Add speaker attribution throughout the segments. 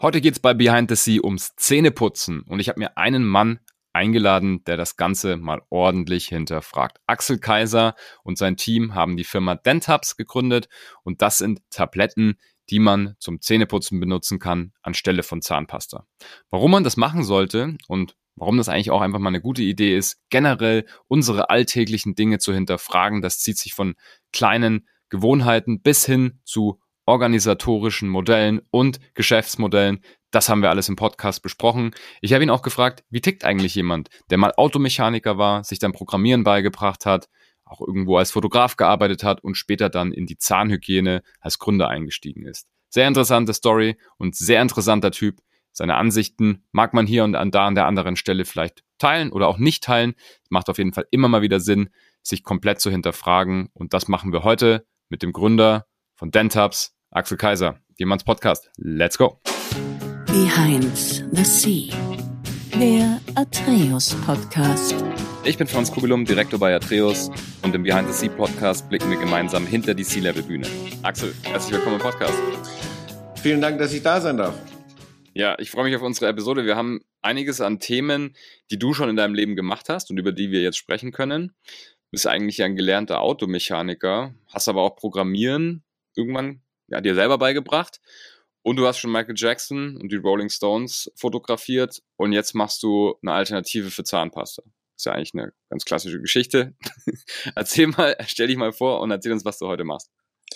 Speaker 1: Heute geht's bei Behind the Sea ums Zähneputzen und ich habe mir einen Mann eingeladen, der das Ganze mal ordentlich hinterfragt. Axel Kaiser und sein Team haben die Firma Dentabs gegründet und das sind Tabletten, die man zum Zähneputzen benutzen kann anstelle von Zahnpasta. Warum man das machen sollte und warum das eigentlich auch einfach mal eine gute Idee ist, generell unsere alltäglichen Dinge zu hinterfragen, das zieht sich von kleinen Gewohnheiten bis hin zu organisatorischen Modellen und Geschäftsmodellen. Das haben wir alles im Podcast besprochen. Ich habe ihn auch gefragt, wie tickt eigentlich jemand, der mal Automechaniker war, sich dann Programmieren beigebracht hat, auch irgendwo als Fotograf gearbeitet hat und später dann in die Zahnhygiene als Gründer eingestiegen ist. Sehr interessante Story und sehr interessanter Typ. Seine Ansichten mag man hier und da an der anderen Stelle vielleicht teilen oder auch nicht teilen. Macht auf jeden Fall immer mal wieder Sinn, sich komplett zu hinterfragen. Und das machen wir heute mit dem Gründer von Dentabs, Axel Kaiser. Jemands Podcast. Let's go.
Speaker 2: Behind the Sea, der Atreus Podcast.
Speaker 1: Ich bin Franz Kugelum, Direktor bei Atreus und im Behind the Sea Podcast blicken wir gemeinsam hinter die Sea-Level-Bühne. Axel, herzlich willkommen im Podcast.
Speaker 3: Vielen Dank, dass ich da sein darf.
Speaker 1: Ja, ich freue mich auf unsere Episode. Wir haben einiges an Themen, die du schon in deinem Leben gemacht hast und über die wir jetzt sprechen können. Du bist eigentlich ein gelernter Automechaniker, hast aber auch Programmieren irgendwann dir selber beigebracht. Und du hast schon Michael Jackson und die Rolling Stones fotografiert und jetzt machst du eine Alternative für Zahnpasta. Ist ja eigentlich eine ganz klassische Geschichte. Stell dich mal vor und erzähl uns, was du heute machst.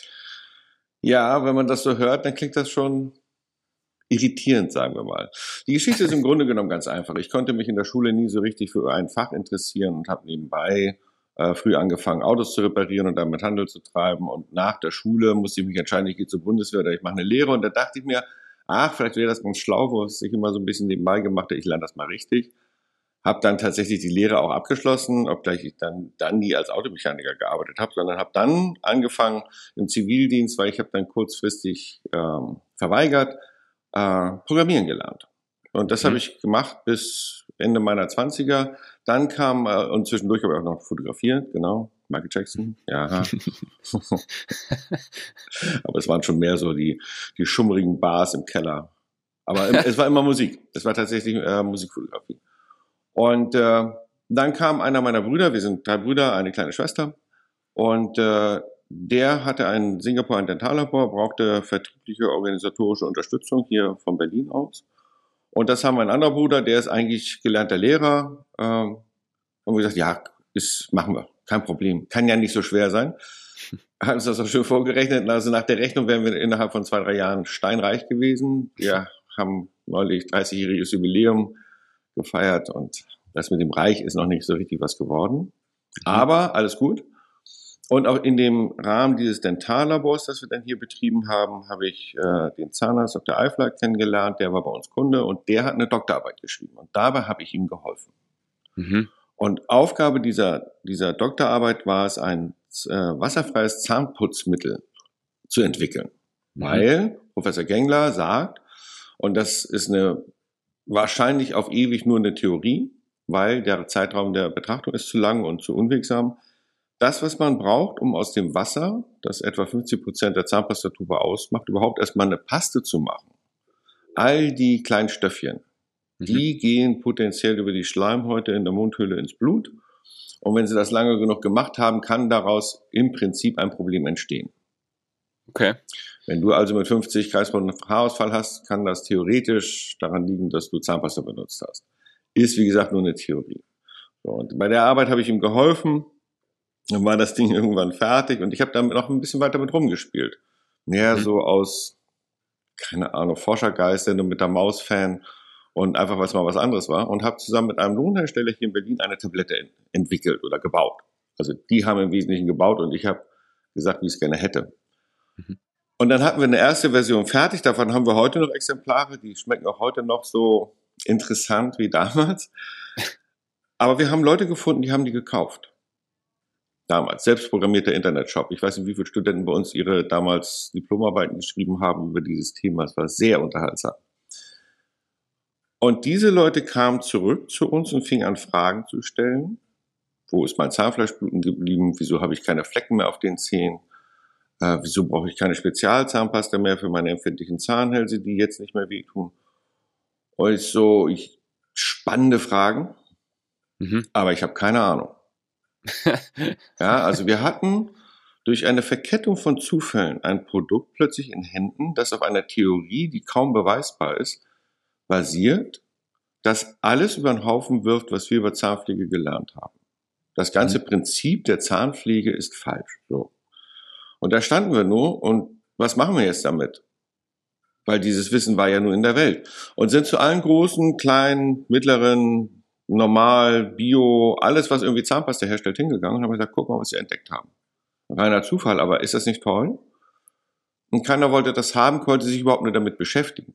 Speaker 3: Ja, wenn man das so hört, dann klingt das schon irritierend, sagen wir mal. Die Geschichte ist im Grunde genommen ganz einfach. Ich konnte mich in der Schule nie so richtig für ein Fach interessieren und habe nebenbei früh angefangen, Autos zu reparieren und damit Handel zu treiben. Und nach der Schule musste ich mich entscheiden, ich gehe zur Bundeswehr oder ich mache eine Lehre. Und da dachte ich mir, vielleicht wäre das ganz schlau, was ich immer so ein bisschen nebenbei gemacht habe. Ich lerne das mal richtig. Habe dann tatsächlich die Lehre auch abgeschlossen, obgleich ich dann nie als Automechaniker gearbeitet habe, sondern habe dann angefangen im Zivildienst, weil ich habe dann kurzfristig verweigert, Programmieren gelernt. Und das habe ich gemacht bis Ende meiner 20er. Dann kam, und zwischendurch habe ich auch noch fotografiert, genau, Michael Jackson, ja. Aber es waren schon mehr so die schummrigen Bars im Keller. Aber es war immer Musik. Es war tatsächlich Musikfotografie. Und dann kam einer meiner Brüder, wir sind 3 Brüder, eine kleine Schwester. Und der hatte in Singapur ein Dentallabor, brauchte vertriebliche organisatorische Unterstützung hier von Berlin aus. Und das haben ein anderer Bruder, der ist eigentlich gelernter Lehrer. Und wir gesagt, ja, machen wir, kein Problem. Kann ja nicht so schwer sein. Haben uns das auch schön vorgerechnet. Also nach der Rechnung wären wir innerhalb von 2-3 Jahren steinreich gewesen. Wir haben neulich 30-jähriges Jubiläum gefeiert und das mit dem Reich ist noch nicht so richtig was geworden. Aber alles gut. Und auch in dem Rahmen dieses Dentallabors, das wir dann hier betrieben haben, habe ich den Zahnarzt Dr. Eifler kennengelernt, der war bei uns Kunde und der hat eine Doktorarbeit geschrieben und dabei habe ich ihm geholfen. Mhm. Und Aufgabe dieser Doktorarbeit war es, ein wasserfreies Zahnputzmittel zu entwickeln. Weil Professor Gengler sagt, und das ist wahrscheinlich auf ewig nur eine Theorie, weil der Zeitraum der Betrachtung ist zu lang und zu unwegsam. Das, was man braucht, um aus dem Wasser, das etwa 50% der Zahnpastatube ausmacht, überhaupt erstmal eine Paste zu machen. All die kleinen Stöffchen, die gehen potenziell über die Schleimhäute in der Mundhöhle ins Blut. Und wenn sie das lange genug gemacht haben, kann daraus im Prinzip ein Problem entstehen.
Speaker 1: Okay.
Speaker 3: Wenn du also mit 50 Kreisrunden Haarausfall hast, kann das theoretisch daran liegen, dass du Zahnpasta benutzt hast. Ist, wie gesagt, nur eine Theorie. So, und bei der Arbeit habe ich ihm geholfen. Dann war das Ding irgendwann fertig und ich habe damit noch ein bisschen weiter mit rumgespielt. Mehr so aus, keine Ahnung, Forschergeist, nur mit der Maus-Fan und einfach, weil es mal was anderes war. Und habe zusammen mit einem Lohnhersteller hier in Berlin eine Tablette entwickelt oder gebaut. Also die haben im Wesentlichen gebaut und ich habe gesagt, wie ich es gerne hätte. Und dann hatten wir eine erste Version fertig. Davon haben wir heute noch Exemplare. Die schmecken auch heute noch so interessant wie damals. Aber wir haben Leute gefunden, die haben die gekauft. Damals, selbstprogrammierter Internetshop. Ich weiß nicht, wie viele Studenten bei uns ihre damals Diplomarbeiten geschrieben haben über dieses Thema. Es war sehr unterhaltsam. Und diese Leute kamen zurück zu uns und fingen an, Fragen zu stellen. Wo ist mein Zahnfleischbluten geblieben? Wieso habe ich keine Flecken mehr auf den Zähnen? Wieso brauche ich keine Spezialzahnpasta mehr für meine empfindlichen Zahnhälse, die jetzt nicht mehr wehtun? Und spannende Fragen, aber ich habe keine Ahnung. Ja, also wir hatten durch eine Verkettung von Zufällen ein Produkt plötzlich in Händen, das auf einer Theorie, die kaum beweisbar ist, basiert, das alles über den Haufen wirft, was wir über Zahnpflege gelernt haben. Das ganze Prinzip der Zahnpflege ist falsch. So. Und da standen wir nur und was machen wir jetzt damit? Weil dieses Wissen war ja nur in der Welt. Und sind zu allen großen, kleinen, mittleren, normal, Bio, alles, was irgendwie Zahnpasta herstellt, hingegangen und haben gesagt, guck mal, was sie entdeckt haben. Reiner Zufall, aber ist das nicht toll? Und keiner wollte das haben, konnte sich überhaupt nur damit beschäftigen.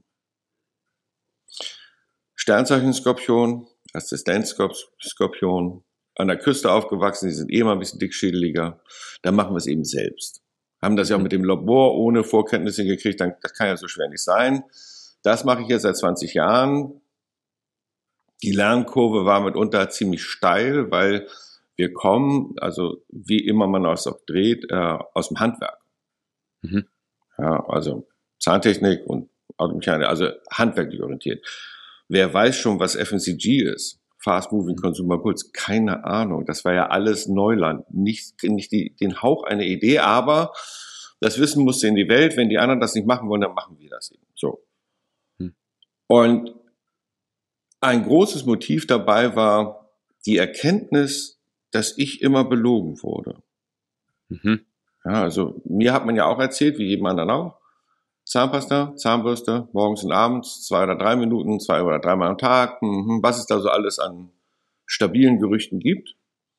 Speaker 3: Sternzeichen-Skorpion, Assistenz-Skorpion, an der Küste aufgewachsen, die sind mal ein bisschen dickschädeliger. Dann machen wir es eben selbst. Haben das ja auch mit dem Labor ohne Vorkenntnisse gekriegt, das kann ja so schwer nicht sein. Das mache ich jetzt seit 20 Jahren. Die Lernkurve war mitunter ziemlich steil, weil wir kommen, also wie immer man das auch dreht, aus dem Handwerk. Ja, also Zahntechnik und Automechanik, also handwerklich orientiert. Wer weiß schon, was FMCG ist? Fast Moving Consumer Goods, keine Ahnung. Das war ja alles Neuland, nicht den Hauch einer Idee, aber das Wissen musste in die Welt. Wenn die anderen das nicht machen wollen, dann machen wir das eben. So. Und ein großes Motiv dabei war die Erkenntnis, dass ich immer belogen wurde. Ja, also mir hat man ja auch erzählt, wie jedem anderen auch, Zahnpasta, Zahnbürste, morgens und abends, 2 oder 3 Minuten, 2 oder 3 Mal am Tag, was es da so alles an stabilen Gerüchten gibt.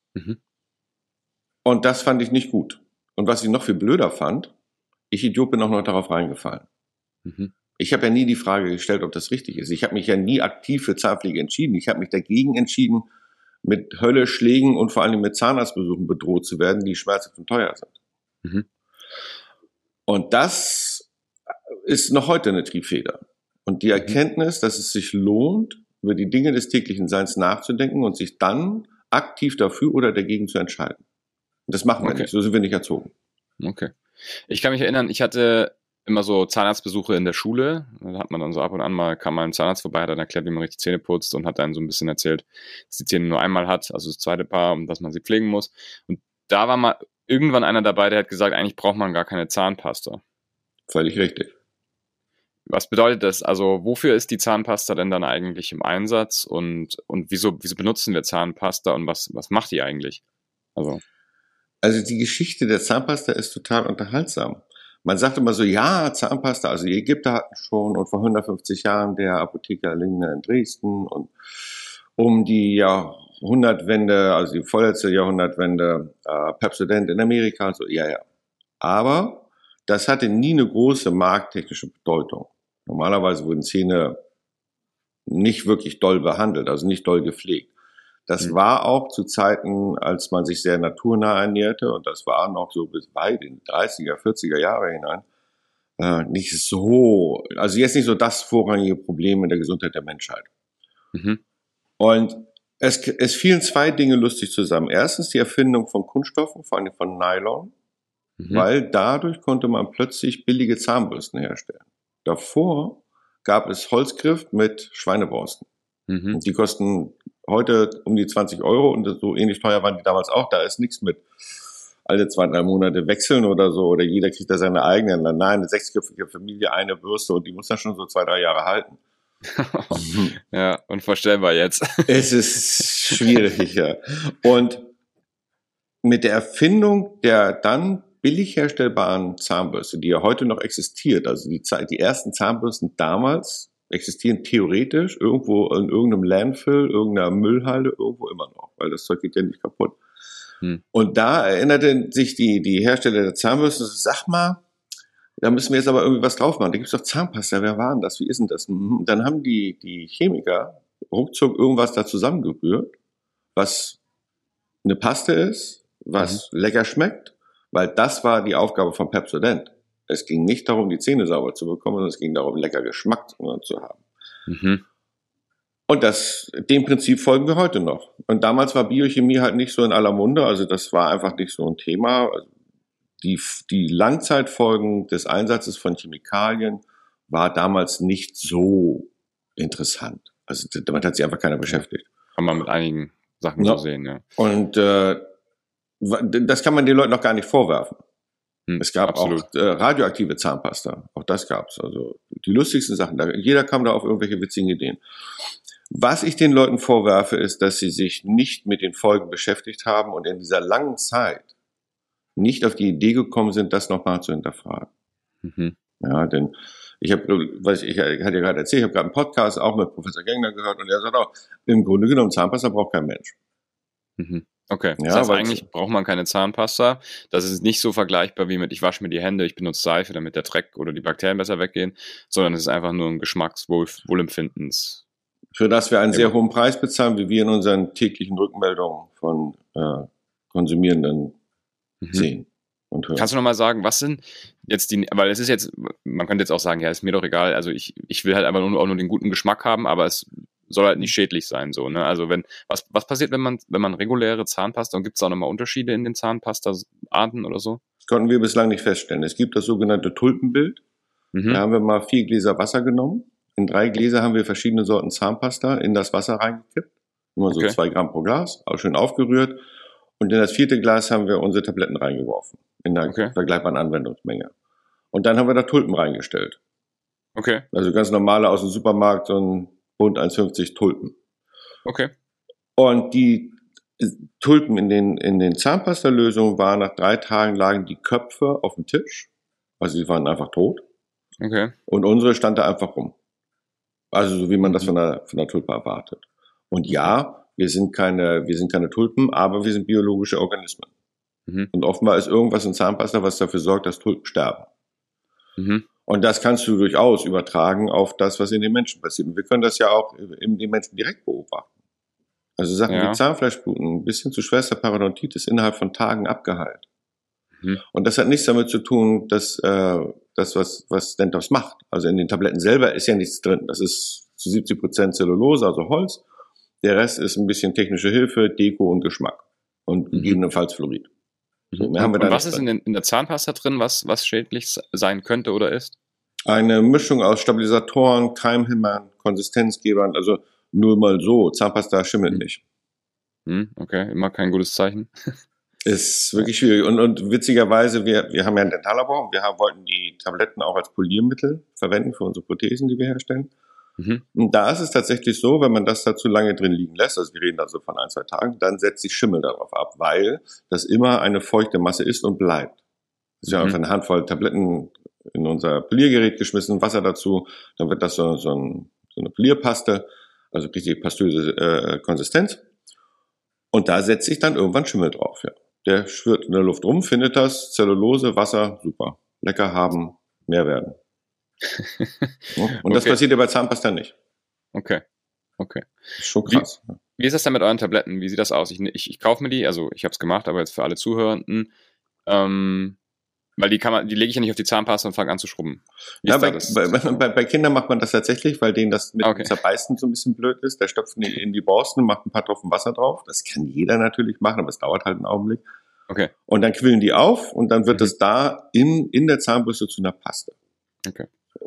Speaker 3: Und das fand ich nicht gut. Und was ich noch viel blöder fand, ich Idiot bin auch noch darauf reingefallen. Ich habe ja nie die Frage gestellt, ob das richtig ist. Ich habe mich ja nie aktiv für Zahnpflege entschieden. Ich habe mich dagegen entschieden, mit Hölle, Schlägen und vor allem mit Zahnarztbesuchen bedroht zu werden, die schmerzhaft und teuer sind. Und das ist noch heute eine Triebfeder. Und die Erkenntnis, dass es sich lohnt, über die Dinge des täglichen Seins nachzudenken und sich dann aktiv dafür oder dagegen zu entscheiden. Und das machen wir nicht, so sind wir nicht erzogen.
Speaker 1: Okay. Ich kann mich erinnern, ich hatte immer so Zahnarztbesuche in der Schule. Da hat man dann so ab und an mal, kam mal ein Zahnarzt vorbei, hat dann erklärt, wie man richtig Zähne putzt und hat dann so ein bisschen erzählt, dass die Zähne nur einmal hat, also das zweite Paar, und dass man sie pflegen muss. Und da war mal irgendwann einer dabei, der hat gesagt, eigentlich braucht man gar keine Zahnpasta.
Speaker 3: Völlig richtig.
Speaker 1: Was bedeutet das? Also wofür ist die Zahnpasta denn dann eigentlich im Einsatz und wieso benutzen wir Zahnpasta und was macht die eigentlich?
Speaker 3: Also die Geschichte der Zahnpasta ist total unterhaltsam. Man sagt immer so, ja, Zahnpasta, also die Ägypter hatten schon und vor 150 Jahren der Apotheker Lingner in Dresden und um die Jahrhundertwende, also die vorletzte Jahrhundertwende, Pepsodent in Amerika, so, ja. Aber das hatte nie eine große markttechnische Bedeutung. Normalerweise wurden Zähne nicht wirklich doll behandelt, also nicht doll gepflegt. Das war auch zu Zeiten, als man sich sehr naturnah ernährte, und das war noch so bis weit in die 30er, 40er Jahre hinein, nicht so, also jetzt nicht so das vorrangige Problem in der Gesundheit der Menschheit. Und es fielen 2 Dinge lustig zusammen. Erstens die Erfindung von Kunststoffen, vor allem von Nylon, weil dadurch konnte man plötzlich billige Zahnbürsten herstellen. Davor gab es Holzgriff mit Schweineborsten. Und die kosten heute um die 20 Euro und so ähnlich teuer waren die damals auch. Da ist nichts mit alle 2-3 Monate wechseln oder so, oder jeder kriegt da seine eigenen. Nein, eine 6-köpfige Familie, eine Bürste, und die muss dann schon so 2-3 Jahre halten.
Speaker 1: Ja, unvorstellbar jetzt.
Speaker 3: Es ist schwierig, ja. Und mit der Erfindung der dann billig herstellbaren Zahnbürste, die ja heute noch existiert, also die ersten Zahnbürsten damals existieren theoretisch irgendwo in irgendeinem Landfill, irgendeiner Müllhalde, irgendwo immer noch, weil das Zeug geht ja nicht kaputt. Und da erinnerte sich die Hersteller der Zahnbürsten, sag mal, da müssen wir jetzt aber irgendwie was drauf machen. Da gibt's doch Zahnpasta, wer war denn das? Wie ist denn das? Und dann haben die Chemiker ruckzuck irgendwas da zusammengerührt, was eine Paste ist, was lecker schmeckt, weil das war die Aufgabe von Pepsodent. Es ging nicht darum, die Zähne sauber zu bekommen, sondern es ging darum, lecker Geschmack zu haben. Und dem Prinzip folgen wir heute noch. Und damals war Biochemie halt nicht so in aller Munde, also das war einfach nicht so ein Thema. Also die Langzeitfolgen des Einsatzes von Chemikalien war damals nicht so interessant. Also damit hat sich einfach keiner beschäftigt.
Speaker 1: Kann man mit einigen Sachen so sehen, ja.
Speaker 3: Und das kann man den Leuten noch gar nicht vorwerfen. Es gab absolut auch radioaktive Zahnpasta. Auch das gab's. Also die lustigsten Sachen. Jeder kam da auf irgendwelche witzigen Ideen. Was ich den Leuten vorwerfe, ist, dass sie sich nicht mit den Folgen beschäftigt haben und in dieser langen Zeit nicht auf die Idee gekommen sind, das nochmal zu hinterfragen. Ja, denn ich hatte ja gerade erzählt, ich habe gerade einen Podcast auch mit Professor Gengler gehört und er sagt auch, im Grunde genommen Zahnpasta braucht kein Mensch.
Speaker 1: Okay, das heißt, eigentlich braucht man keine Zahnpasta. Das ist nicht so vergleichbar wie mit, ich wasche mir die Hände, ich benutze Seife, damit der Dreck oder die Bakterien besser weggehen, sondern es ist einfach nur ein Geschmackswohlempfindens.
Speaker 3: Für das wir einen sehr hohen Preis bezahlen, wie wir in unseren täglichen Rückmeldungen von Konsumierenden sehen und hören.
Speaker 1: Kannst du nochmal sagen, was sind jetzt weil es ist jetzt, man könnte jetzt auch sagen, ja, ist mir doch egal, also ich will halt einfach auch nur den guten Geschmack haben, aber es soll halt nicht schädlich sein, so, ne? Also was passiert, wenn man reguläre Zahnpasta, und gibt es auch nochmal Unterschiede in den Zahnpasta-Arten oder so?
Speaker 3: Das konnten wir bislang nicht feststellen. Es gibt das sogenannte Tulpenbild. Da haben wir mal 4 Gläser Wasser genommen. In 3 Gläser haben wir verschiedene Sorten Zahnpasta in das Wasser reingekippt. Immer so 2 Gramm pro Glas, auch schön aufgerührt. Und in das 4. Glas haben wir unsere Tabletten reingeworfen. In der vergleichbaren Anwendungsmenge. Und dann haben wir da Tulpen reingestellt.
Speaker 1: Okay.
Speaker 3: Also ganz normale aus dem Supermarkt, so ein Bund 1,50 Tulpen.
Speaker 1: Okay.
Speaker 3: Und die Tulpen in den Zahnpasta-Lösungen waren nach 3 Tagen lagen die Köpfe auf dem Tisch. Also sie waren einfach tot.
Speaker 1: Okay.
Speaker 3: Und unsere stand da einfach rum. Also so wie man das von der Tulpe erwartet. Und ja, wir sind keine Tulpen, aber wir sind biologische Organismen. Und offenbar ist irgendwas in Zahnpasta, was dafür sorgt, dass Tulpen sterben. Und das kannst du durchaus übertragen auf das, was in den Menschen passiert. Und wir können das ja auch in den Menschen direkt beobachten. Also Sachen wie Zahnfleischbluten bis hin zu schwerster Parodontitis innerhalb von Tagen abgeheilt. Und das hat nichts damit zu tun, dass das, was Dentos macht. Also in den Tabletten selber ist ja nichts drin. Das ist zu 70% Zellulose, also Holz. Der Rest ist ein bisschen technische Hilfe, Deko und Geschmack. Und gegebenenfalls Fluorid. So,
Speaker 1: und was ist in der Zahnpasta drin, was schädlich sein könnte oder ist?
Speaker 3: Eine Mischung aus Stabilisatoren, Keimhämmern, Konsistenzgebern, also nur mal so. Zahnpasta schimmelt nicht.
Speaker 1: Okay, immer kein gutes Zeichen.
Speaker 3: Ist wirklich schwierig. Und witzigerweise, wir haben ja ein Dentallabor und wir wollten die Tabletten auch als Poliermittel verwenden für unsere Prothesen, die wir herstellen. Und da ist es tatsächlich so, wenn man das da zu lange drin liegen lässt, also wir reden also von 1, 2 Tagen, dann setzt sich Schimmel darauf ab, weil das immer eine feuchte Masse ist und bleibt. Also wir haben einfach eine Handvoll Tabletten in unser Poliergerät geschmissen, Wasser dazu, dann wird das so eine Polierpaste, also richtig pastöse Konsistenz. Und da setzt sich dann irgendwann Schimmel drauf, ja. Der schwirrt in der Luft rum, findet das, Zellulose, Wasser, super. Lecker haben, mehr werden. Und das passiert ja bei Zahnpasta nicht.
Speaker 1: Okay.
Speaker 3: Ist schon krass.
Speaker 1: Wie ist das denn mit euren Tabletten? Wie sieht das aus? Ich kaufe mir die, also ich habe es gemacht, aber jetzt für alle Zuhörenden, weil die lege ich ja nicht auf die Zahnpasta und fange an zu schrubben.
Speaker 3: Ja, bei Kindern macht man das tatsächlich, weil denen das mit dem Zerbeißen so ein bisschen blöd ist. Da stopfen die in die Borsten, macht ein paar Tropfen Wasser drauf. Das kann jeder natürlich machen, aber es dauert halt einen Augenblick.
Speaker 1: Okay.
Speaker 3: Und dann quillen die auf und dann wird es da in der Zahnbürste zu einer Paste.
Speaker 1: Okay.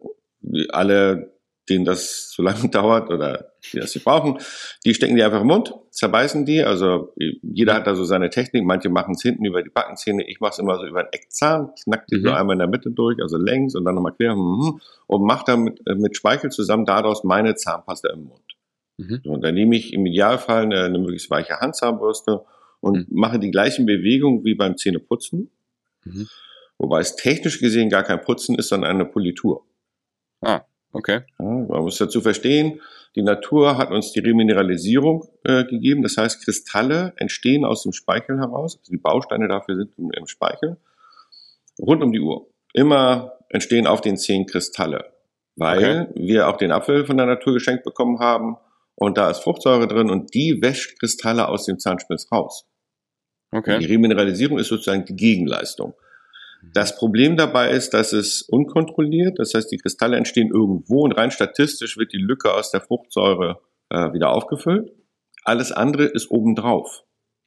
Speaker 3: Alle, denen das zu lange dauert oder die das nicht brauchen, die stecken die einfach im Mund, zerbeißen die. Also jeder hat da so seine Technik. Manche machen es hinten über die Backenzähne. Ich mache es immer so über den Eckzahn, knack die so einmal in der Mitte durch, also längs und dann nochmal quer und mache dann mit Speichel zusammen daraus meine Zahnpasta im Mund. So, und dann nehme ich im Idealfall eine möglichst weiche Handzahnbürste und mache die gleichen Bewegungen wie beim Zähneputzen. Wobei es technisch gesehen gar kein Putzen ist, sondern eine Politur.
Speaker 1: Okay.
Speaker 3: Ja, man muss dazu verstehen, die Natur hat uns die Remineralisierung gegeben. Das heißt, Kristalle entstehen aus dem Speichel heraus. Also die Bausteine dafür sind im Speichel. Rund um die Uhr. Immer entstehen auf den Zähnen Kristalle. Weil wir auch den Apfel von der Natur geschenkt bekommen haben. Und da ist Fruchtsäure drin und die wäscht Kristalle aus dem Zahnspitz raus.
Speaker 1: Okay.
Speaker 3: Die Remineralisierung ist sozusagen die Gegenleistung. Das Problem dabei ist, dass es unkontrolliert, das heißt, die Kristalle entstehen irgendwo und rein statistisch wird die Lücke aus der Fruchtsäure wieder aufgefüllt. Alles andere ist obendrauf.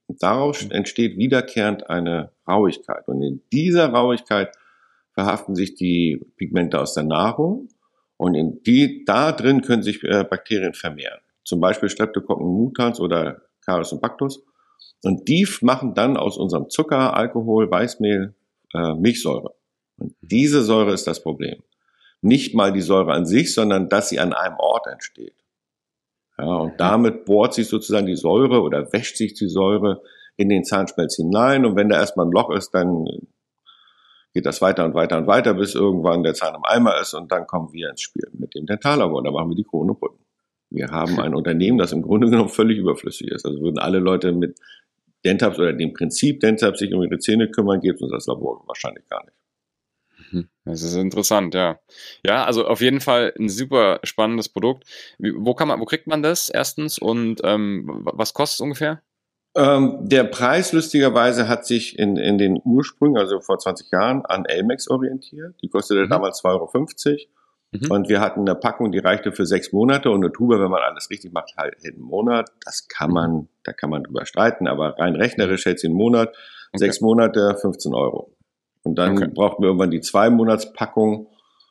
Speaker 3: Und daraus entsteht wiederkehrend eine Rauigkeit. Und in dieser Rauigkeit verhaften sich die Pigmente aus der Nahrung und da drin können sich Bakterien vermehren. Zum Beispiel Streptokokken mutans oder Caris-Bacillus. Und die machen dann aus unserem Zucker, Alkohol, Weißmehl, Milchsäure. Und diese Säure ist das Problem. Nicht mal die Säure an sich, sondern dass sie an einem Ort entsteht. Ja, und damit bohrt sich sozusagen die Säure oder wäscht sich die Säure in den Zahnspelz hinein. Und wenn da erstmal ein Loch ist, dann geht das weiter und weiter und weiter, bis irgendwann der Zahn im Eimer ist. Und dann kommen wir ins Spiel mit dem Dentallabor. Da machen wir die Krone putzen. Wir haben ein Unternehmen, das im Grunde genommen völlig überflüssig ist. Also würden alle Leute mit Dentabs oder dem Prinzip Dentabs sich um ihre Zähne kümmern, gibt es uns das Labor wahrscheinlich gar nicht.
Speaker 1: Das ist interessant, ja. Ja, also auf jeden Fall ein super spannendes Produkt. Wo kriegt man das erstens und was kostet es ungefähr?
Speaker 3: Der Preis lustigerweise hat sich in den Ursprüngen, also vor 20 Jahren, an Elmex orientiert. Die kostete damals 2,50 €. Und wir hatten eine Packung, die reichte für 6 Monate und eine Tube, wenn man alles richtig macht, halt einen Monat. Da kann man drüber streiten, aber rein rechnerisch hält sie einen Monat. 6 Monate, 15 €. Und dann brauchten wir irgendwann die 2-Monats-Packung.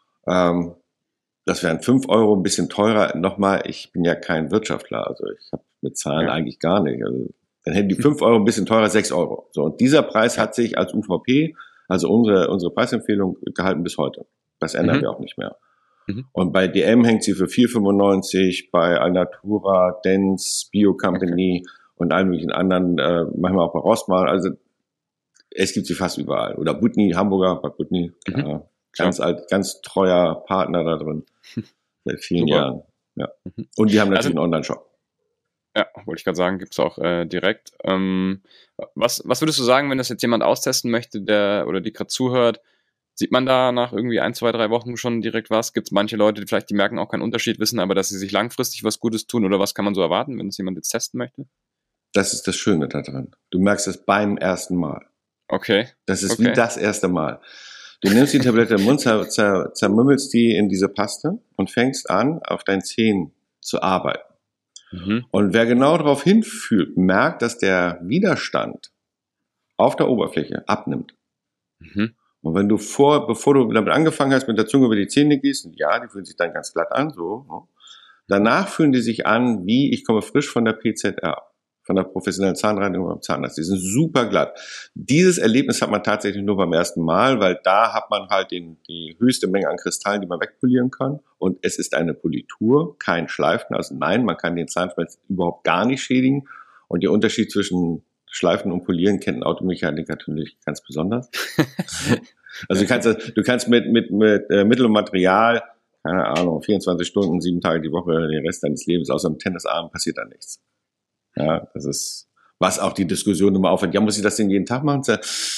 Speaker 3: Das wären 5 €, ein bisschen teurer. Nochmal, ich bin ja kein Wirtschaftler, also ich habe mit Zahlen eigentlich gar nicht. Also dann hätten die 5 € ein bisschen teurer, 6 €. So, und dieser Preis hat sich als UVP, also unsere Preisempfehlung, gehalten bis heute. Das ändern wir auch nicht mehr. Und bei DM hängt sie für 4,95, bei Alnatura, Dents, Bio Company und allen möglichen anderen, manchmal auch bei Rossmann. Also es gibt sie fast überall. Oder Butni, Hamburger, bei Butni, ganz treuer Partner da drin. Seit vielen Jahren. Ja. Und die haben natürlich einen Online-Shop.
Speaker 1: Ja, wollte ich gerade sagen, gibt's auch direkt. Was würdest du sagen, wenn das jetzt jemand austesten möchte, oder die gerade zuhört? Sieht man da nach irgendwie 1, 2, 3 Wochen schon direkt was? Gibt es manche Leute, die merken auch keinen Unterschied, wissen aber, dass sie sich langfristig was Gutes tun? Oder was kann man so erwarten, wenn es jemand jetzt testen möchte?
Speaker 3: Das ist das Schöne daran. Du merkst es beim ersten Mal.
Speaker 1: Okay.
Speaker 3: Das ist wie das erste Mal. Du nimmst die Tablette im Mund, zermümmelst die in diese Paste und fängst an, auf deinen Zähnen zu arbeiten. Und wer genau darauf hinfühlt, merkt, dass der Widerstand auf der Oberfläche abnimmt. Und wenn du bevor du damit angefangen hast, mit der Zunge über die Zähne gehst, ja, die fühlen sich dann ganz glatt an, so. Danach fühlen die sich an, wie ich komme frisch von der PZR, von der professionellen Zahnreinigung beim Zahnarzt. Die sind super glatt. Dieses Erlebnis hat man tatsächlich nur beim ersten Mal, weil da hat man halt die höchste Menge an Kristallen, die man wegpolieren kann. Und es ist eine Politur, kein Schleifen. Also nein, man kann den Zahnschmelz überhaupt gar nicht schädigen. Und der Unterschied zwischen Schleifen und Polieren kennt ein Automechaniker natürlich ganz besonders. Also du kannst mit Mittel und Material, keine Ahnung, 24 Stunden, 7 Tage die Woche, den Rest deines Lebens, außer einem Tennisarm passiert da nichts. Ja, das ist, was auch die Diskussion immer aufhört. Ja, muss ich das denn jeden Tag machen?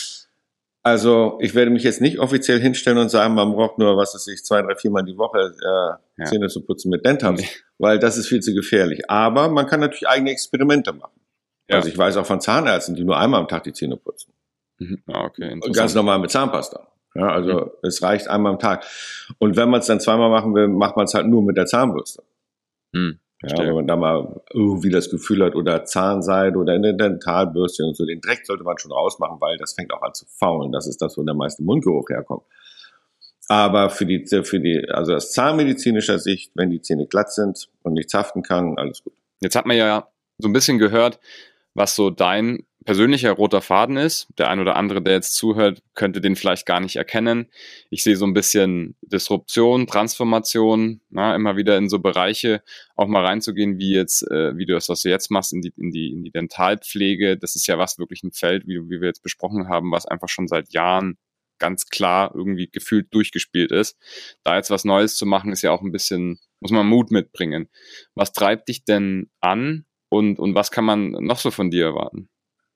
Speaker 3: Also, ich werde mich jetzt nicht offiziell hinstellen und sagen, man braucht nur, 2, 3, 4 Mal die Woche Zähne zu putzen mit Dentabs, weil das ist viel zu gefährlich. Aber man kann natürlich eigene Experimente machen. Ja. Also ich weiß auch von Zahnärzten, die nur einmal am Tag die Zähne putzen.
Speaker 1: Okay,
Speaker 3: ganz normal mit Zahnpasta. Ja, also es reicht einmal am Tag. Und wenn man es dann zweimal machen will, macht man es halt nur mit der Zahnbürste. Ja, wenn man da mal irgendwie das Gefühl hat, oder Zahnseide oder eine Dentalbürste und so, den Dreck sollte man schon rausmachen, weil das fängt auch an zu faulen. Das ist das, wo der meiste Mundgeruch herkommt. Aber also aus zahnmedizinischer Sicht, wenn die Zähne glatt sind und nichts haften kann, alles gut.
Speaker 1: Jetzt hat man ja so ein bisschen gehört, was so dein persönlicher roter Faden ist. Der ein oder andere, der jetzt zuhört, könnte den vielleicht gar nicht erkennen. Ich sehe so ein bisschen Disruption, Transformation, immer wieder in so Bereiche auch mal reinzugehen, wie du das, was du jetzt machst, in die Dentalpflege. Das ist ja wirklich ein Feld, wie wir jetzt besprochen haben, was einfach schon seit Jahren ganz klar irgendwie gefühlt durchgespielt ist. Da jetzt was Neues zu machen, ist ja auch ein bisschen, muss man Mut mitbringen. Was treibt dich denn an? Und was kann man noch so von dir erwarten?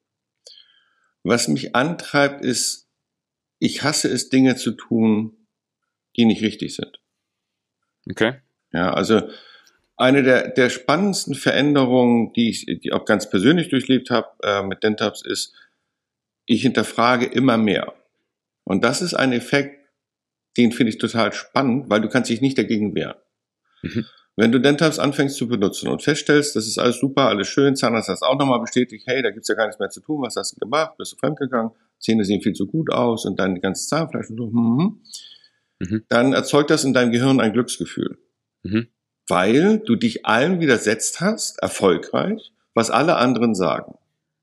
Speaker 3: Was mich antreibt, ist, ich hasse es, Dinge zu tun, die nicht richtig sind.
Speaker 1: Okay.
Speaker 3: Ja, also eine der spannendsten Veränderungen, die ich auch ganz persönlich durchlebt habe mit Dentabs, ist, ich hinterfrage immer mehr. Und das ist ein Effekt, den finde ich total spannend, weil du kannst dich nicht dagegen wehren. Wenn du Dentals anfängst zu benutzen und feststellst, das ist alles super, alles schön, Zahnarzt hat auch nochmal bestätigt, hey, da gibt's ja gar nichts mehr zu tun, was hast du gemacht, bist du fremdgegangen, Zähne sehen viel zu gut aus und dein ganzes Zahnfleisch und so, dann erzeugt das in deinem Gehirn ein Glücksgefühl. Weil du dich allem widersetzt hast, erfolgreich, was alle anderen sagen.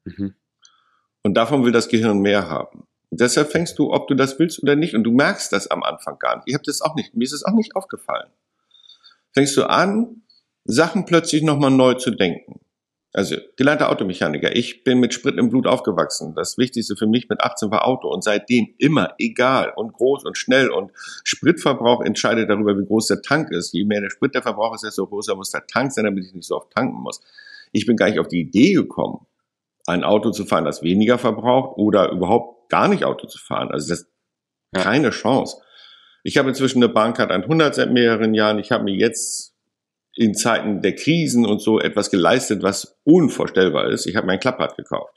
Speaker 3: Und davon will das Gehirn mehr haben. Und deshalb fängst du, ob du das willst oder nicht, und du merkst das am Anfang gar nicht. Ich habe das auch nicht, mir ist es auch nicht aufgefallen. Fängst du an, Sachen plötzlich nochmal neu zu denken. Also gelernter Automechaniker, ich bin mit Sprit im Blut aufgewachsen. Das Wichtigste für mich mit 18 war Auto und seitdem immer, egal und groß und schnell, und Spritverbrauch entscheidet darüber, wie groß der Tank ist. Je mehr der Sprit der Verbrauch ist, desto größer muss der Tank sein, damit ich nicht so oft tanken muss. Ich bin gar nicht auf die Idee gekommen, ein Auto zu fahren, das weniger verbraucht oder überhaupt gar nicht Auto zu fahren. Also das ist keine Chance. Ich habe inzwischen eine Bahncard 100 seit mehreren Jahren. Ich habe mir jetzt in Zeiten der Krisen und so etwas geleistet, was unvorstellbar ist. Ich habe mir ein Klapprad gekauft.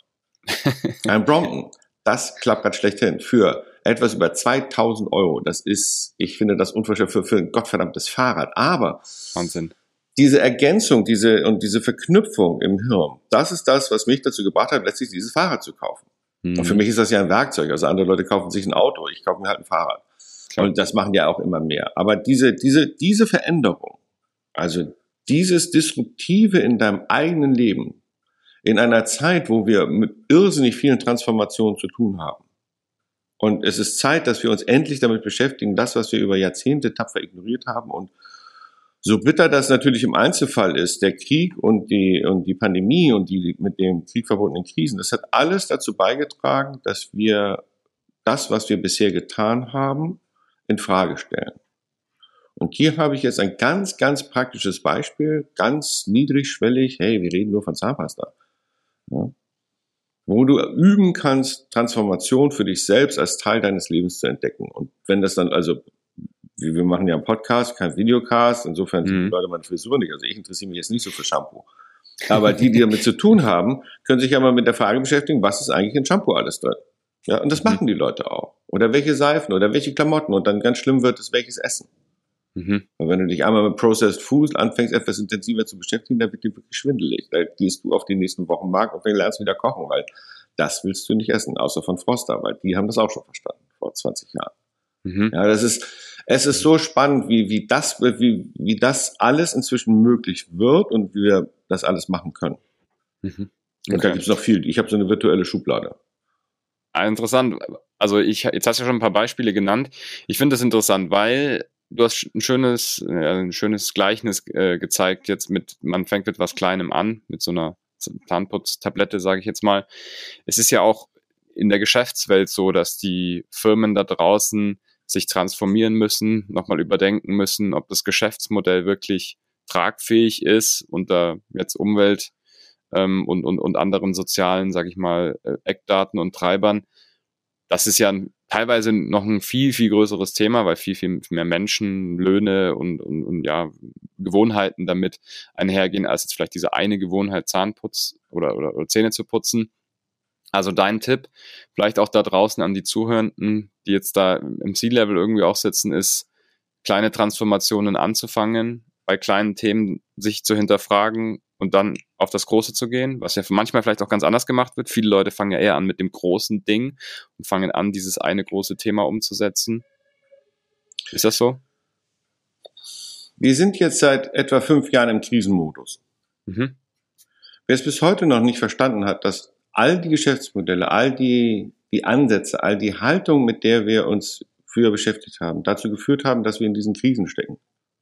Speaker 3: Ein Brompton. Das Klapprad schlechthin. Für etwas über 2.000 Euro. Das ist, ich finde das unvorstellbar für ein gottverdammtes Fahrrad. Aber
Speaker 1: Wahnsinn.
Speaker 3: Diese Ergänzung, diese Verknüpfung im Hirn, das ist das, was mich dazu gebracht hat, letztlich dieses Fahrrad zu kaufen. Und für mich ist das ja ein Werkzeug. Also andere Leute kaufen sich ein Auto. Ich kaufe mir halt ein Fahrrad. Klar. Und das machen ja auch immer mehr. Aber diese Veränderung, also dieses Disruptive in deinem eigenen Leben, in einer Zeit, wo wir mit irrsinnig vielen Transformationen zu tun haben. Und es ist Zeit, dass wir uns endlich damit beschäftigen, das, was wir über Jahrzehnte tapfer ignoriert haben. Und so bitter das natürlich im Einzelfall ist, der Krieg und die Pandemie und die mit dem Krieg verbundenen Krisen, das hat alles dazu beigetragen, dass wir das, was wir bisher getan haben, in Frage stellen. Und hier habe ich jetzt ein ganz, ganz praktisches Beispiel, ganz niedrigschwellig, hey, wir reden nur von Zahnpasta, ja, wo du üben kannst, Transformation für dich selbst als Teil deines Lebens zu entdecken. Und wenn das dann, also wir machen ja einen Podcast, kein Videocast, insofern sind die Leute meine Frisur nicht, also ich interessiere mich jetzt nicht so für Shampoo. Aber die damit zu tun haben, können sich ja mal mit der Frage beschäftigen, was ist eigentlich in Shampoo alles drin? Ja, und das machen die Leute auch. Oder welche Seifen oder welche Klamotten, und dann ganz schlimm wird es, welches Essen. Und wenn du dich einmal mit Processed Foods anfängst, etwas intensiver zu beschäftigen, dann wird dir wirklich schwindelig. Da gehst du auf die nächsten Wochenmarkt und lernst wieder kochen, weil das willst du nicht essen, außer von Froster, weil die haben das auch schon verstanden, vor 20 Jahren. Ja, es ist so spannend, wie das alles inzwischen möglich wird und wie wir das alles machen können. Okay. Und da gibt es noch viel. Ich habe so eine virtuelle Schublade.
Speaker 1: Interessant. Also jetzt hast du ja schon ein paar Beispiele genannt. Ich finde das interessant, weil du hast ein schönes Gleichnis gezeigt jetzt man fängt mit was Kleinem an, mit so einer Zahnputztablette, sage ich jetzt mal. Es ist ja auch in der Geschäftswelt so, dass die Firmen da draußen sich transformieren müssen, nochmal überdenken müssen, ob das Geschäftsmodell wirklich tragfähig ist unter jetzt Umwelt und anderen sozialen, sage ich mal, Eckdaten und Treibern. Das ist ja teilweise noch ein viel, viel größeres Thema, weil viel, viel mehr Menschen, Löhne und ja, Gewohnheiten damit einhergehen, als jetzt vielleicht diese eine Gewohnheit, Zahnputz oder Zähne zu putzen. Also dein Tipp, vielleicht auch da draußen an die Zuhörenden, die jetzt da im C-Level irgendwie auch sitzen, ist, kleine Transformationen anzufangen, bei kleinen Themen sich zu hinterfragen und dann auf das Große zu gehen, was ja manchmal vielleicht auch ganz anders gemacht wird. Viele Leute fangen ja eher an mit dem großen Ding und fangen an, dieses eine große Thema umzusetzen. Ist das so?
Speaker 3: Wir sind jetzt seit etwa 5 Jahren im Krisenmodus. Wer es bis heute noch nicht verstanden hat, dass all die Geschäftsmodelle, all die Ansätze, all die Haltung, mit der wir uns früher beschäftigt haben, dazu geführt haben, dass wir in diesen Krisen stecken.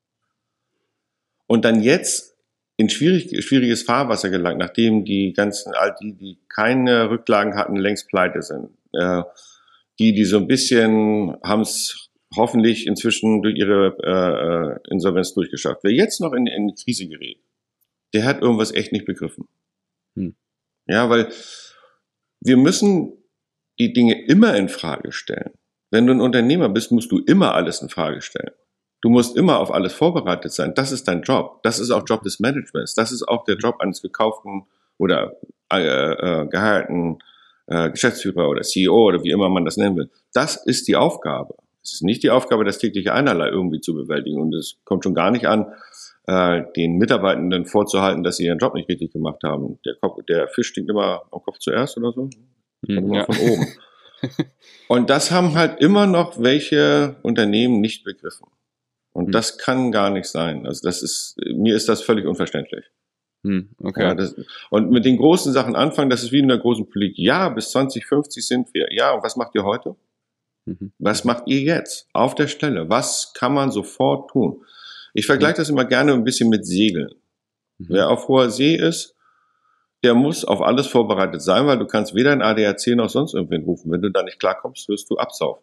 Speaker 3: Und dann jetzt in schwieriges Fahrwasser gelangt, nachdem die ganzen, all die keine Rücklagen hatten, längst pleite sind. Die so ein bisschen haben es hoffentlich inzwischen durch ihre Insolvenz durchgeschafft. Wer jetzt noch in die Krise gerät, der hat irgendwas echt nicht begriffen. Ja, weil wir müssen die Dinge immer in Frage stellen. Wenn du ein Unternehmer bist, musst du immer alles in Frage stellen. Du musst immer auf alles vorbereitet sein. Das ist dein Job. Das ist auch Job des Managements. Das ist auch der Job eines gekauften oder geheirateten Geschäftsführer oder CEO oder wie immer man das nennen will. Das ist die Aufgabe. Es ist nicht die Aufgabe, das tägliche Einerlei irgendwie zu bewältigen. Und es kommt schon gar nicht an, den Mitarbeitenden vorzuhalten, dass sie ihren Job nicht richtig gemacht haben. Der Fisch stinkt immer am Kopf zuerst oder so. Immer von oben. Und das haben halt immer noch welche Unternehmen nicht begriffen. Und das kann gar nicht sein. Also mir ist das völlig unverständlich.
Speaker 1: Okay.
Speaker 3: Ja, und mit den großen Sachen anfangen, das ist wie in der großen Politik. Ja, bis 2050 sind wir. Ja, und was macht ihr heute? Was macht ihr jetzt? Auf der Stelle. Was kann man sofort tun? Ich vergleiche das immer gerne ein bisschen mit Segeln. Wer auf hoher See ist, der muss auf alles vorbereitet sein, weil du kannst weder ein ADAC noch sonst irgendwen rufen. Wenn du da nicht klarkommst, wirst du absaufen.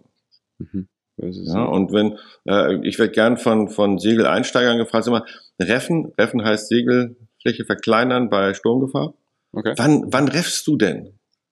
Speaker 3: Ja, und ich werde gern von Segeleinsteigern gefragt, sag mal, Reffen heißt Segelfläche verkleinern bei Sturmgefahr.
Speaker 1: Okay.
Speaker 3: Wann reffst du denn?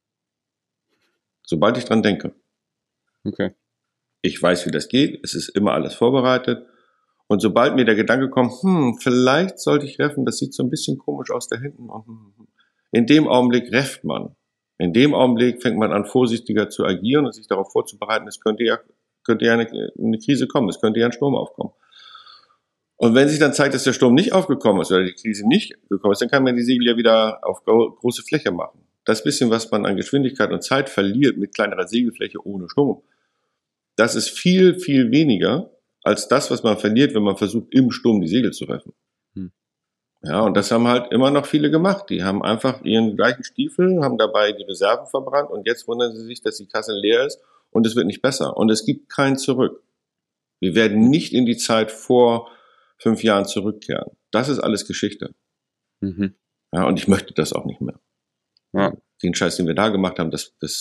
Speaker 3: Sobald ich dran denke.
Speaker 1: Okay. Ich
Speaker 3: weiß, wie das geht. Es ist immer alles vorbereitet. Und sobald mir der Gedanke kommt, vielleicht sollte ich reffen, das sieht so ein bisschen komisch aus da hinten. In dem Augenblick refft man. In dem Augenblick fängt man an, vorsichtiger zu agieren und sich darauf vorzubereiten, es könnte ja eine Krise kommen, es könnte ja ein Sturm aufkommen. Und wenn sich dann zeigt, dass der Sturm nicht aufgekommen ist oder die Krise nicht gekommen ist, dann kann man die Segel ja wieder auf große Fläche machen. Das bisschen, was man an Geschwindigkeit und Zeit verliert mit kleinerer Segelfläche ohne Sturm, das ist viel, viel weniger als das, was man verliert, wenn man versucht, im Sturm die Segel zu reffen. Ja, und das haben halt immer noch viele gemacht. Die haben einfach ihren gleichen Stiefel, haben dabei die Reserven verbrannt und jetzt wundern sie sich, dass die Kasse leer ist und es wird nicht besser. Und es gibt kein Zurück. Wir werden nicht in die Zeit vor 5 Jahren zurückkehren. Das ist alles Geschichte. Ja, und ich möchte das auch nicht mehr. Ja. Den Scheiß, den wir da gemacht haben,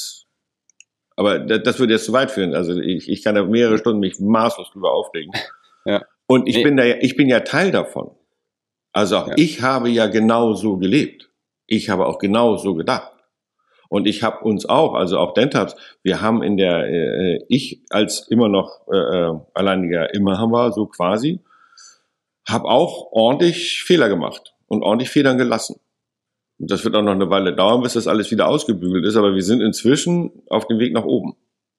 Speaker 3: aber das würde jetzt zu weit führen. Also ich kann da mehrere Stunden mich maßlos drüber aufregen. Ja. Und ich bin ja Teil davon. Also auch ich habe ja genau so gelebt. Ich habe auch genau so gedacht. Und ich habe uns auch, also auch Dentabs, wir haben ich als immer noch alleiniger Inhaber, so quasi, habe auch ordentlich Fehler gemacht und ordentlich Federn gelassen. Und das wird auch noch eine Weile dauern, bis das alles wieder ausgebügelt ist, aber wir sind inzwischen auf dem Weg nach oben.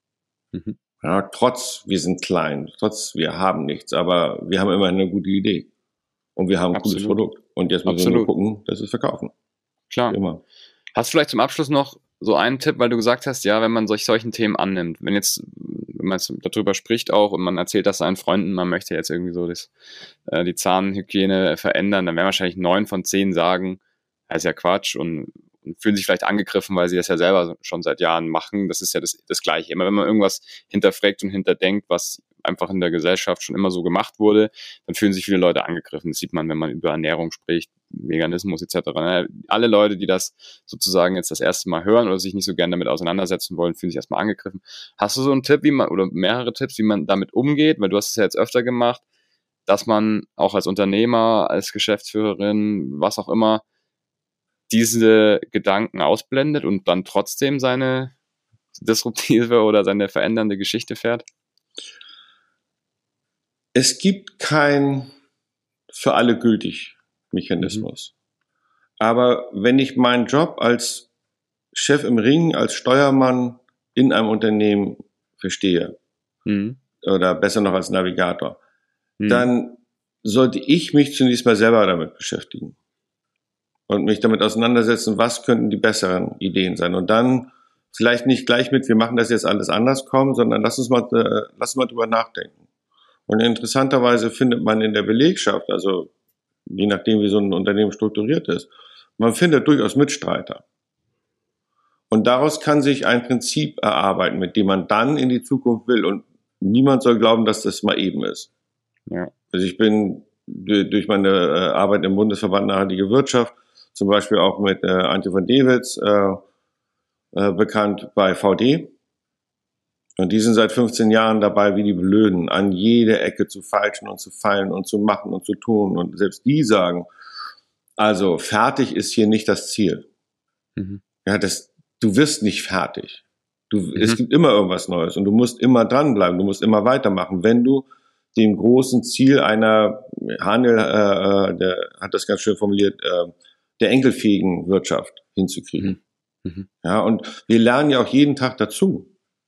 Speaker 3: Ja, wir sind klein, wir haben nichts, aber wir haben immer eine gute Idee. Und wir haben ein cooles Produkt. Und jetzt müssen wir nur gucken, dass wir es verkaufen.
Speaker 1: Klar. Immer. Hast du vielleicht zum Abschluss noch so einen Tipp, weil du gesagt hast, ja, wenn man solchen Themen annimmt, wenn man jetzt darüber spricht auch und man erzählt das seinen Freunden, man möchte jetzt irgendwie so die Zahnhygiene verändern, dann werden wahrscheinlich 9 von 10 sagen, das ist ja Quatsch und fühlen sich vielleicht angegriffen, weil sie das ja selber schon seit Jahren machen. Das ist ja das Gleiche. Immer wenn man irgendwas hinterfragt und hinterdenkt, was einfach in der Gesellschaft schon immer so gemacht wurde, dann fühlen sich viele Leute angegriffen. Das sieht man, wenn man über Ernährung spricht, Veganismus etc. Alle Leute, die das sozusagen jetzt das erste Mal hören oder sich nicht so gerne damit auseinandersetzen wollen, fühlen sich erstmal angegriffen. Hast du so einen Tipp, oder mehrere Tipps, wie man damit umgeht? Weil du hast es ja jetzt öfter gemacht, dass man auch als Unternehmer, als Geschäftsführerin, was auch immer, diese Gedanken ausblendet und dann trotzdem seine disruptive oder seine verändernde Geschichte fährt?
Speaker 3: Es gibt kein für alle gültig Mechanismus. Aber wenn ich meinen Job als Chef im Ring, als Steuermann in einem Unternehmen verstehe, oder besser noch als Navigator, dann sollte ich mich zunächst mal selber damit beschäftigen und mich damit auseinandersetzen, was könnten die besseren Ideen sein. Und dann vielleicht nicht gleich wir machen das jetzt alles anders kommen, sondern lass uns mal drüber nachdenken. Und interessanterweise findet man in der Belegschaft, also je nachdem, wie so ein Unternehmen strukturiert ist, man findet durchaus Mitstreiter. Und daraus kann sich ein Prinzip erarbeiten, mit dem man dann in die Zukunft will. Und niemand soll glauben, dass das mal eben ist. Ja. Also ich bin durch meine Arbeit im Bundesverband Nachhaltige Wirtschaft, zum Beispiel auch mit Antje von Dewitz, bekannt bei VD. Und die sind seit 15 Jahren dabei, wie die Blöden, an jede Ecke zu feilschen und zu feilen und zu machen und zu tun. Und selbst die sagen, also fertig ist hier nicht das Ziel. Ja, du wirst nicht fertig. Es gibt immer irgendwas Neues und du musst immer dranbleiben, du musst immer weitermachen, wenn du dem großen Ziel einer Handel, der hat das ganz schön formuliert, der enkelfähigen Wirtschaft hinzukriegen. Ja, und wir lernen ja auch jeden Tag dazu.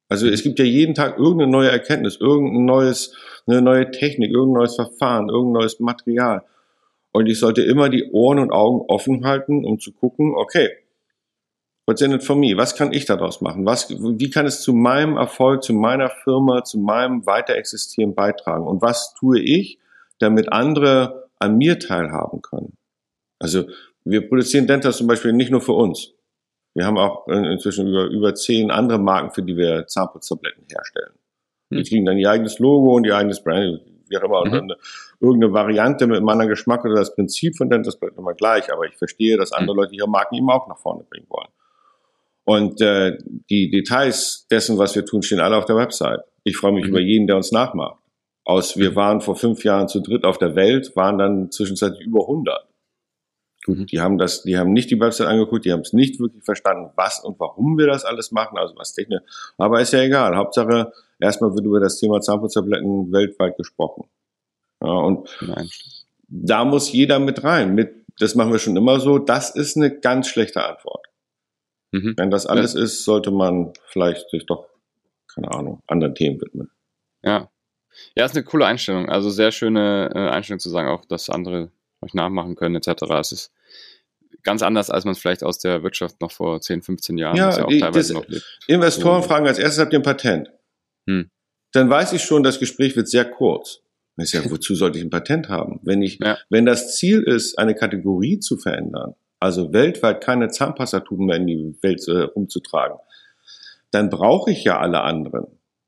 Speaker 3: Also es gibt ja jeden Tag irgendeine neue Erkenntnis, eine neue Technik, irgendein neues Verfahren, irgendein neues Material. Und ich sollte immer die Ohren und Augen offen halten, um zu gucken, okay, what's in it for me? Was kann ich daraus machen? Wie kann es zu meinem Erfolg, zu meiner Firma, zu meinem Weiterexistieren beitragen? Und was tue ich, damit andere an mir teilhaben können? Also wir produzieren Dentas zum Beispiel nicht nur für uns. Wir haben auch inzwischen über 10 andere Marken, für die wir Zahnputztabletten herstellen. Die kriegen dann ihr eigenes Logo und ihr eigenes Brand, wie auch immer. Und irgendeine Variante mit einem anderen Geschmack oder das Prinzip von Dentas bleibt immer gleich. Aber ich verstehe, dass andere Leute ihre Marken eben auch nach vorne bringen wollen. Und die Details dessen, was wir tun, stehen alle auf der Website. Ich freue mich über jeden, der uns nachmacht. Wir waren vor 5 Jahren zu dritt auf der Welt, waren dann zwischenzeitlich über 100. Die haben nicht die Website angeguckt, die haben es nicht wirklich verstanden, was und warum wir das alles machen, also was Technik. Aber ist ja egal. Hauptsache, erstmal wird über das Thema Zahnputztabletten weltweit gesprochen. Ja, und da muss jeder mit rein. Das machen wir schon immer so. Das ist eine ganz schlechte Antwort. Wenn das alles ist, sollte man vielleicht sich doch, keine Ahnung, anderen Themen widmen.
Speaker 1: Ja, ist eine coole Einstellung. Also sehr schöne Einstellung zu sagen, auch, dass andere euch nachmachen können, etc. Es ist ganz anders, als man es vielleicht aus der Wirtschaft noch vor 10, 15 Jahren
Speaker 3: ja
Speaker 1: auch teilweise noch lebt.
Speaker 3: Investoren fragen als erstes, habt ihr ein Patent? Dann weiß ich schon, das Gespräch wird sehr kurz. Ich sage, wozu sollte ich ein Patent haben? Wenn das Ziel ist, eine Kategorie zu verändern, also weltweit keine Zahnpastatuben mehr in die Welt umzutragen, dann brauche ich ja alle anderen.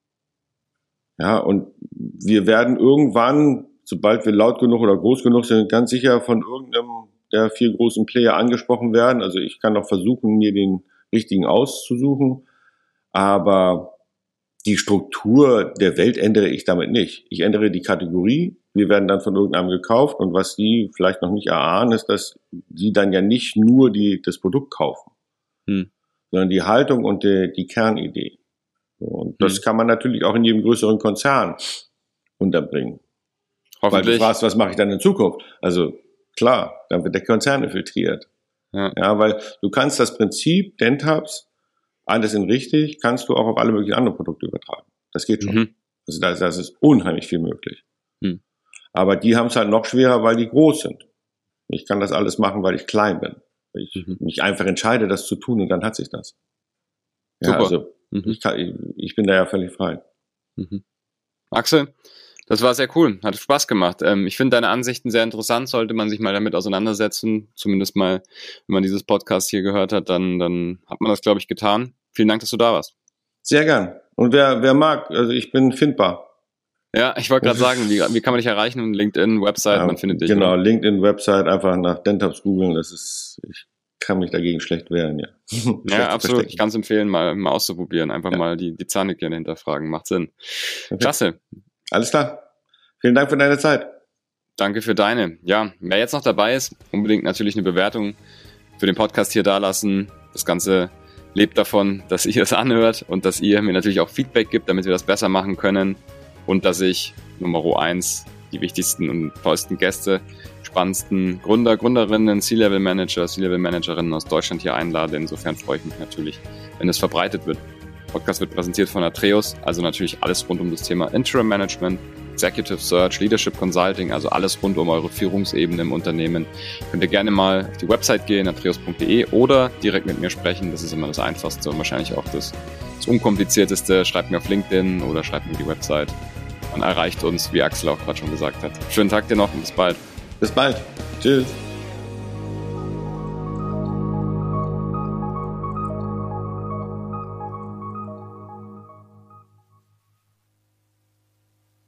Speaker 3: Ja, und wir werden irgendwann, sobald wir laut genug oder groß genug sind, ganz sicher von irgendeinem der 4 großen Player angesprochen werden. Also ich kann noch versuchen, mir den richtigen auszusuchen, aber die Struktur der Welt ändere ich damit nicht. Ich ändere die Kategorie, wir werden dann von irgendeinem gekauft und was die vielleicht noch nicht erahnen, ist, dass die dann ja nicht nur das Produkt kaufen, sondern die Haltung und die Kernidee. Und das kann man natürlich auch in jedem größeren Konzern unterbringen. Weil du fragst, was mache ich dann in Zukunft? Also klar, dann wird der Konzern infiltriert. Ja, weil du kannst das Prinzip Dentabs, alles in richtig, kannst du auch auf alle möglichen anderen Produkte übertragen. Das geht schon. Also das ist unheimlich viel möglich. Aber die haben es halt noch schwerer, weil die groß sind. Ich kann das alles machen, weil ich klein bin. Weil ich mich einfach entscheide, das zu tun und dann hat sich das. Ja, super. Also ich bin da ja völlig frei.
Speaker 1: Axel, das war sehr cool, hat Spaß gemacht. Ich finde deine Ansichten sehr interessant, sollte man sich mal damit auseinandersetzen, zumindest mal, wenn man dieses Podcast hier gehört hat, dann hat man das, glaube ich, getan. Vielen Dank, dass du da warst.
Speaker 3: Sehr gern. Und wer mag, also ich bin findbar.
Speaker 1: Ja, ich wollte gerade sagen, wie kann man dich erreichen? LinkedIn, Website, man findet dich.
Speaker 3: Genau, oder? LinkedIn, Website, einfach nach Dentabs googeln, ich kann mich dagegen schlecht wehren, ja.
Speaker 1: Ja, absolut. Ich kann es empfehlen, mal auszuprobieren, einfach mal die Zahnhygiene hinterfragen, macht Sinn. Perfekt. Klasse.
Speaker 3: Alles klar. Vielen Dank für deine Zeit.
Speaker 1: Danke für deine. Ja, wer jetzt noch dabei ist, unbedingt natürlich eine Bewertung für den Podcast hier dalassen. Das Ganze lebt davon, dass ihr es anhört und dass ihr mir natürlich auch Feedback gibt, damit wir das besser machen können und dass ich Nummer 1 die wichtigsten und tollsten Gäste, spannendsten Gründer, Gründerinnen, C-Level-Manager, C-Level-Managerinnen aus Deutschland hier einlade. Insofern freue ich mich natürlich, wenn es verbreitet wird. Der Podcast wird präsentiert von Atreus, also natürlich alles rund um das Thema Interim Management, Executive Search, Leadership Consulting, also alles rund um eure Führungsebene im Unternehmen. Könnt ihr gerne mal auf die Website gehen, atreus.de, oder direkt mit mir sprechen. Das ist immer das Einfachste und wahrscheinlich auch das Unkomplizierteste. Schreibt mir auf LinkedIn oder schreibt mir die Website. Man erreicht uns, wie Axel auch gerade schon gesagt hat. Schönen Tag dir noch und bis bald.
Speaker 3: Bis bald. Tschüss.